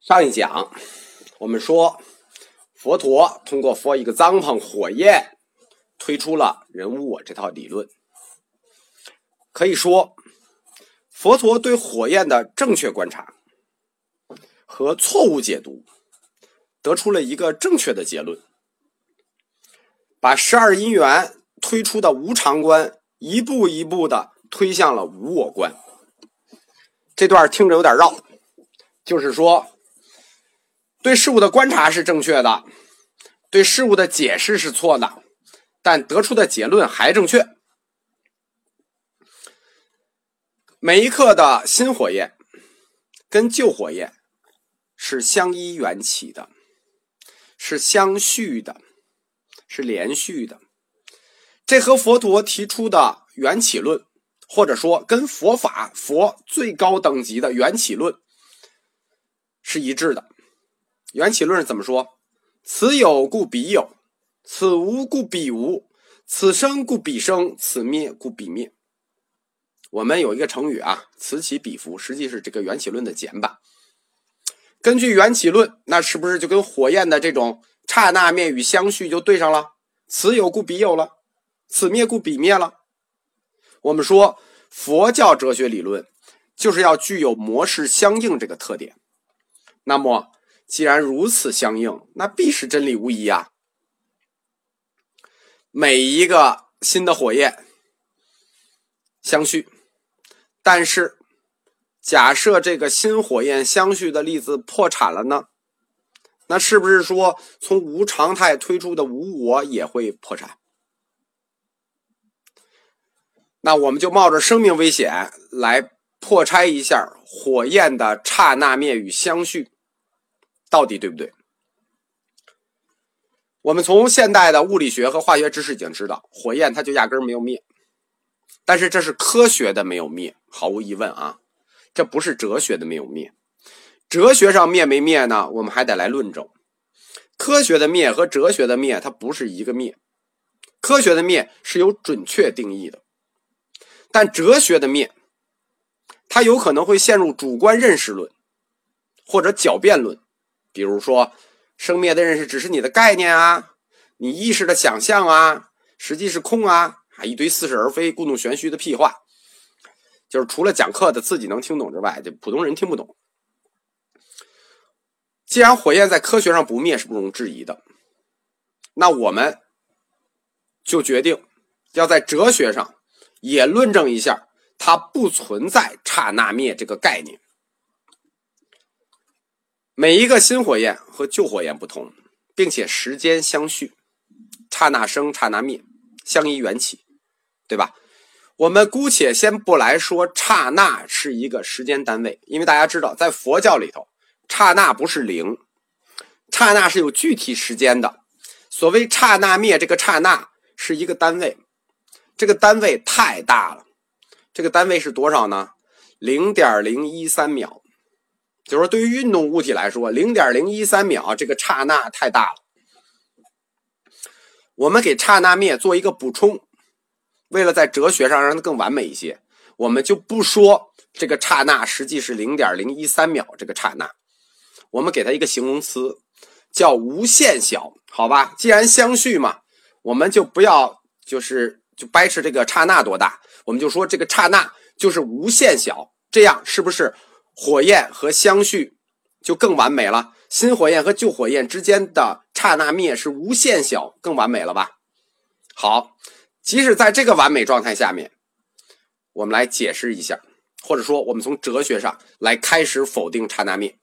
上一讲我们说佛陀通过 for example 火焰推出了人无我这套理论。可以说佛陀对火焰的正确观察和错误解读得出了一个正确的结论，把12因缘推出的无常观一步一步的推向了无我观。这段听着有点绕，就是说对事物的观察是正确的，对事物的解释是错的，但得出的结论还正确。每一刻的新火焰跟旧火焰是相依缘起的，是相续的，是连续的。这和佛陀提出的缘起论，或者说跟佛最高等级的缘起论是一致的。缘起论是怎么说？此有故彼有，此无故彼无，此生故彼生，此灭故彼灭。我们有一个成语啊，此起彼伏，实际是这个缘起论的简版。根据缘起论，那是不是就跟火焰的这种刹那灭与相续就对上了？此有故彼有了，此灭故彼灭了。我们说佛教哲学理论就是要具有模式相应这个特点。那么既然如此相应，那必是真理无疑啊。每一个新的火焰相续，但是假设这个新火焰相续的粒子破产了呢？那是不是说从无常态推出的无我也会破产？那我们就冒着生命危险来破拆一下火焰的刹那灭与相续到底对不对？我们从现代的物理学和化学知识已经知道，火焰它就压根没有灭。但是这是科学的没有灭，毫无疑问啊，这不是哲学的没有灭。哲学上灭没灭呢，我们还得来论证。科学的灭和哲学的灭它不是一个灭，科学的灭是有准确定义的，但哲学的灭它有可能会陷入主观认识论或者狡辩论。比如说生灭的认识只是你的概念啊，你意识的想象啊，实际是空啊，一堆似是而非故弄玄虚的屁话，就是除了讲课的自己能听懂之外，就普通人听不懂。既然火焰在科学上不灭是不容置疑的，那我们就决定要在哲学上也论证一下它不存在刹那灭这个概念。每一个新火焰和旧火焰不同，并且时间相续，刹那生刹那灭，相依缘起，对吧？我们姑且先不来说刹那是一个时间单位，因为大家知道在佛教里头刹那不是零，刹那是有具体时间的。所谓刹那灭，这个刹那是一个单位，这个单位太大了。这个单位是多少呢？ 0.013 秒。就是说对于运动物体来说 0.013 秒这个刹那太大了。我们给刹那灭做一个补充，为了在哲学上让它更完美一些，我们就不说这个刹那实际是 0.013 秒这个刹那，我们给它一个形容词叫无限小，好吧？既然相续嘛，我们就不要就掰扯这个刹那多大，我们就说这个刹那就是无限小，这样是不是火焰和相续就更完美了？新火焰和旧火焰之间的刹那灭是无限小，更完美了吧？好，即使在这个完美状态下面，我们来解释一下，或者说我们从哲学上来开始否定刹那灭。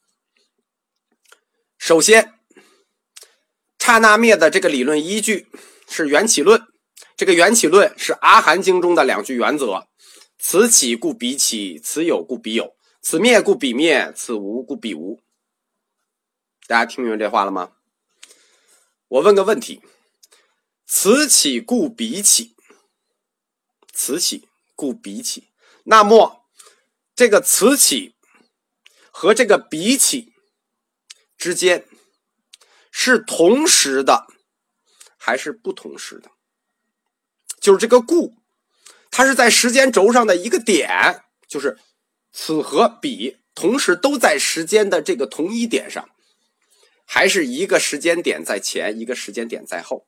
首先，刹那灭的这个理论依据是缘起论，这个缘起论是阿含经中的2句原则：此起故彼起，此有故彼有，此灭故彼灭，此无故彼无。大家听明白这话了吗？我问个问题，此起故彼起，此起故彼起，那么这个此起和这个彼起之间是同时的还是不同时的？就是这个故它是在时间轴上的一个点，就是此和彼同时都在时间的这个同一点上，还是一个时间点在前，一个时间点在后？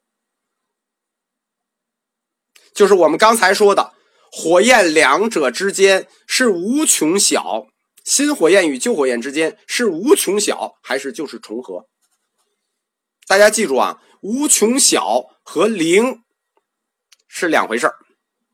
就是我们刚才说的，火焰两者之间是无穷小，新火焰与旧火焰之间是无穷小，还是就是重合？大家记住啊，无穷小和零是两回事儿。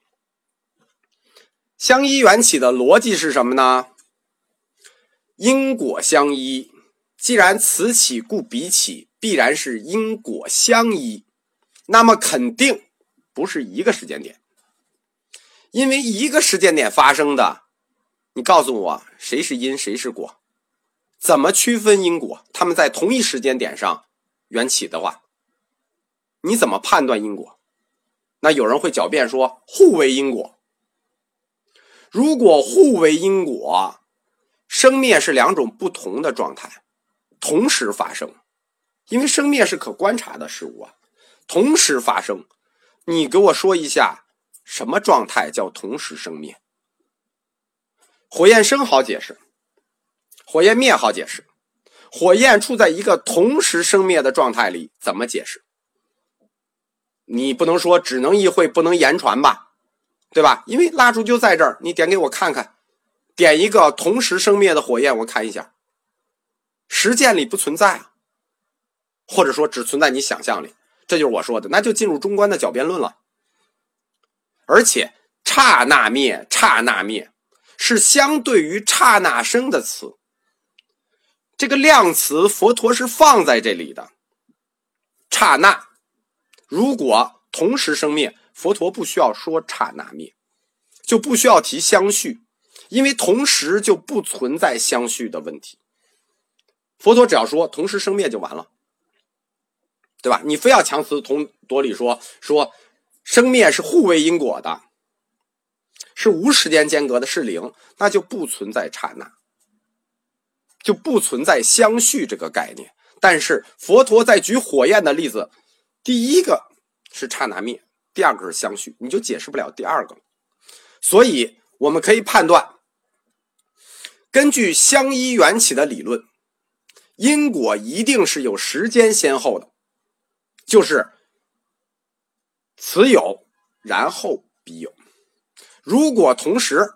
相依缘起的逻辑是什么呢？因果相依，既然此起故彼起，必然是因果相依，那么肯定不是一个时间点。因为一个时间点发生的，你告诉我谁是因谁是果？怎么区分因果？他们在同一时间点上缘起的话，你怎么判断因果？那有人会狡辩说互为因果。如果互为因果，生灭是两种不同的状态，同时发生。因为生灭是可观察的事物啊，同时发生。你给我说一下，什么状态叫同时生灭？火焰生好解释，火焰灭好解释，火焰处在一个同时生灭的状态里，怎么解释？你不能说只能意会不能言传吧，对吧？因为蜡烛就在这儿，你点给我看看，点一个同时生灭的火焰，我看一下，实践里不存在啊，或者说只存在你想象里，这就是我说的，那就进入中观的狡辩论了。而且刹那灭，刹那灭是相对于刹那生的词，这个量词佛陀是放在这里的。刹那如果同时生灭，佛陀不需要说刹那灭，就不需要提相续，因为同时就不存在相续的问题。佛陀只要说同时生灭就完了，对吧？你非要强词夺理说生灭是互为因果的，是无时间间隔的，是零，那就不存在刹那，就不存在相续这个概念。但是佛陀在举火焰的例子，第一个是刹那灭，第二个是相续，你就解释不了第二个。所以我们可以判断，根据相依缘起的理论，因果一定是有时间先后的，就是此有然后彼有。如果同时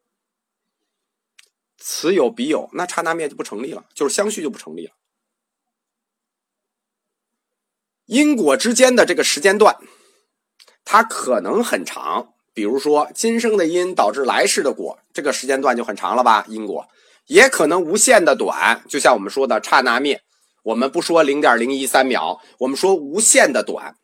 此有彼有，那刹那灭就不成立了，就是相续就不成立了。因果之间的这个时间段，它可能很长，比如说今生的因导致来世的果，这个时间段就很长了吧，因果。也可能无限的短，就像我们说的刹那灭，我们不说 0.013 秒，我们说无限的短。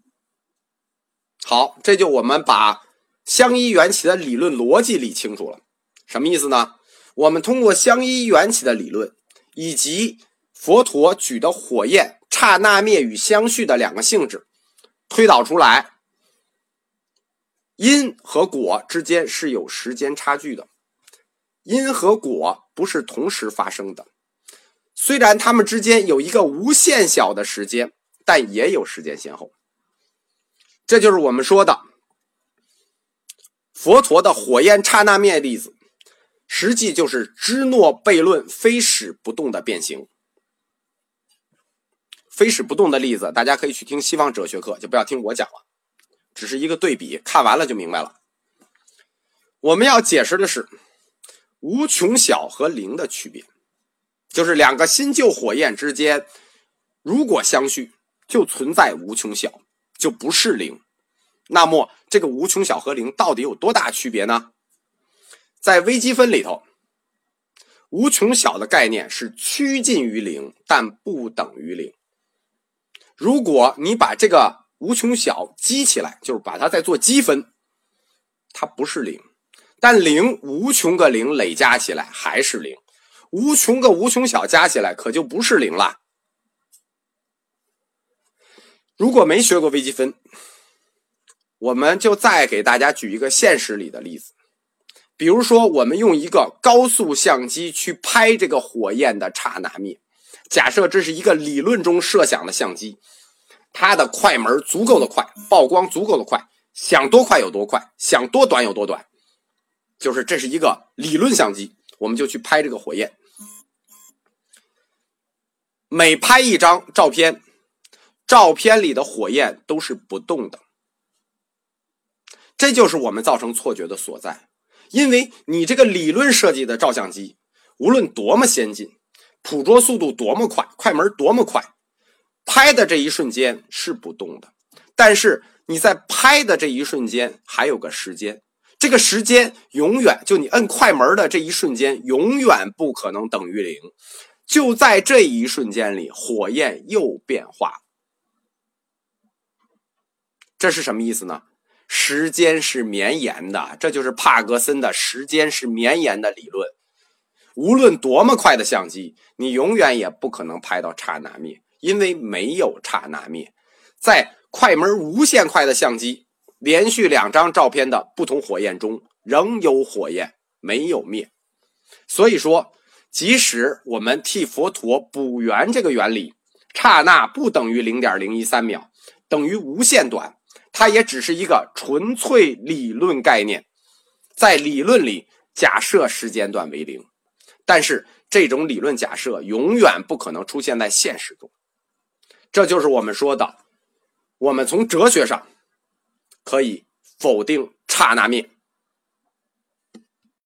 好，这就我们把相依缘起的理论逻辑理清楚了。什么意思呢？我们通过相依缘起的理论，以及佛陀举的火焰刹那灭与相续的两个性质，推导出来因和果之间是有时间差距的。因和果不是同时发生的，虽然它们之间有一个无限小的时间，但也有时间先后。这就是我们说的佛陀的火焰刹那灭例子，实际就是芝诺悖论非始不动的变形。非始不动的例子大家可以去听西方哲学课，就不要听我讲了，只是一个对比，看完了就明白了。我们要解释的是无穷小和零的区别，就是两个新旧火焰之间如果相续就存在无穷小，就不是零。那么这个无穷小和零到底有多大区别呢？在微积分里头，无穷小的概念是趋近于零，但不等于零。如果你把这个无穷小积起来，就是把它再做积分，它不是零。但零无穷个零累加起来还是零，无穷个无穷小加起来可就不是零了。如果没学过微积分，我们就再给大家举一个现实里的例子。比如说我们用一个高速相机去拍这个火焰的刹那灭，假设这是一个理论中设想的相机，它的快门足够的快，曝光足够的快，想多快有多快，想多短有多短，就是这是一个理论相机。 我们就去拍这个火焰。每拍一张照片，照片里的火焰都是不动的。这就是我们造成错觉的所在。因为你这个理论设计的照相机，无论多么先进，捕捉速度多么快，快门多么快，拍的这一瞬间是不动的。但是你在拍的这一瞬间还有个时间，这个时间永远就你摁快门的这一瞬间永远不可能等于0。就在这一瞬间里，火焰又变化。这是什么意思呢？时间是绵延的，这就是帕格森的时间是绵延的理论。无论多么快的相机，你永远也不可能拍到刹那灭，因为没有刹那灭。在快门无限快的相机，连续2张照片的不同火焰中，仍有火焰，没有灭。所以说，即使我们替佛陀补圆这个原理，刹那不等于 0.013 秒，等于无限短，它也只是一个纯粹理论概念。在理论里假设时间段为0，但是这种理论假设永远不可能出现在现实中。这就是我们说的，我们从哲学上可以否定刹那灭，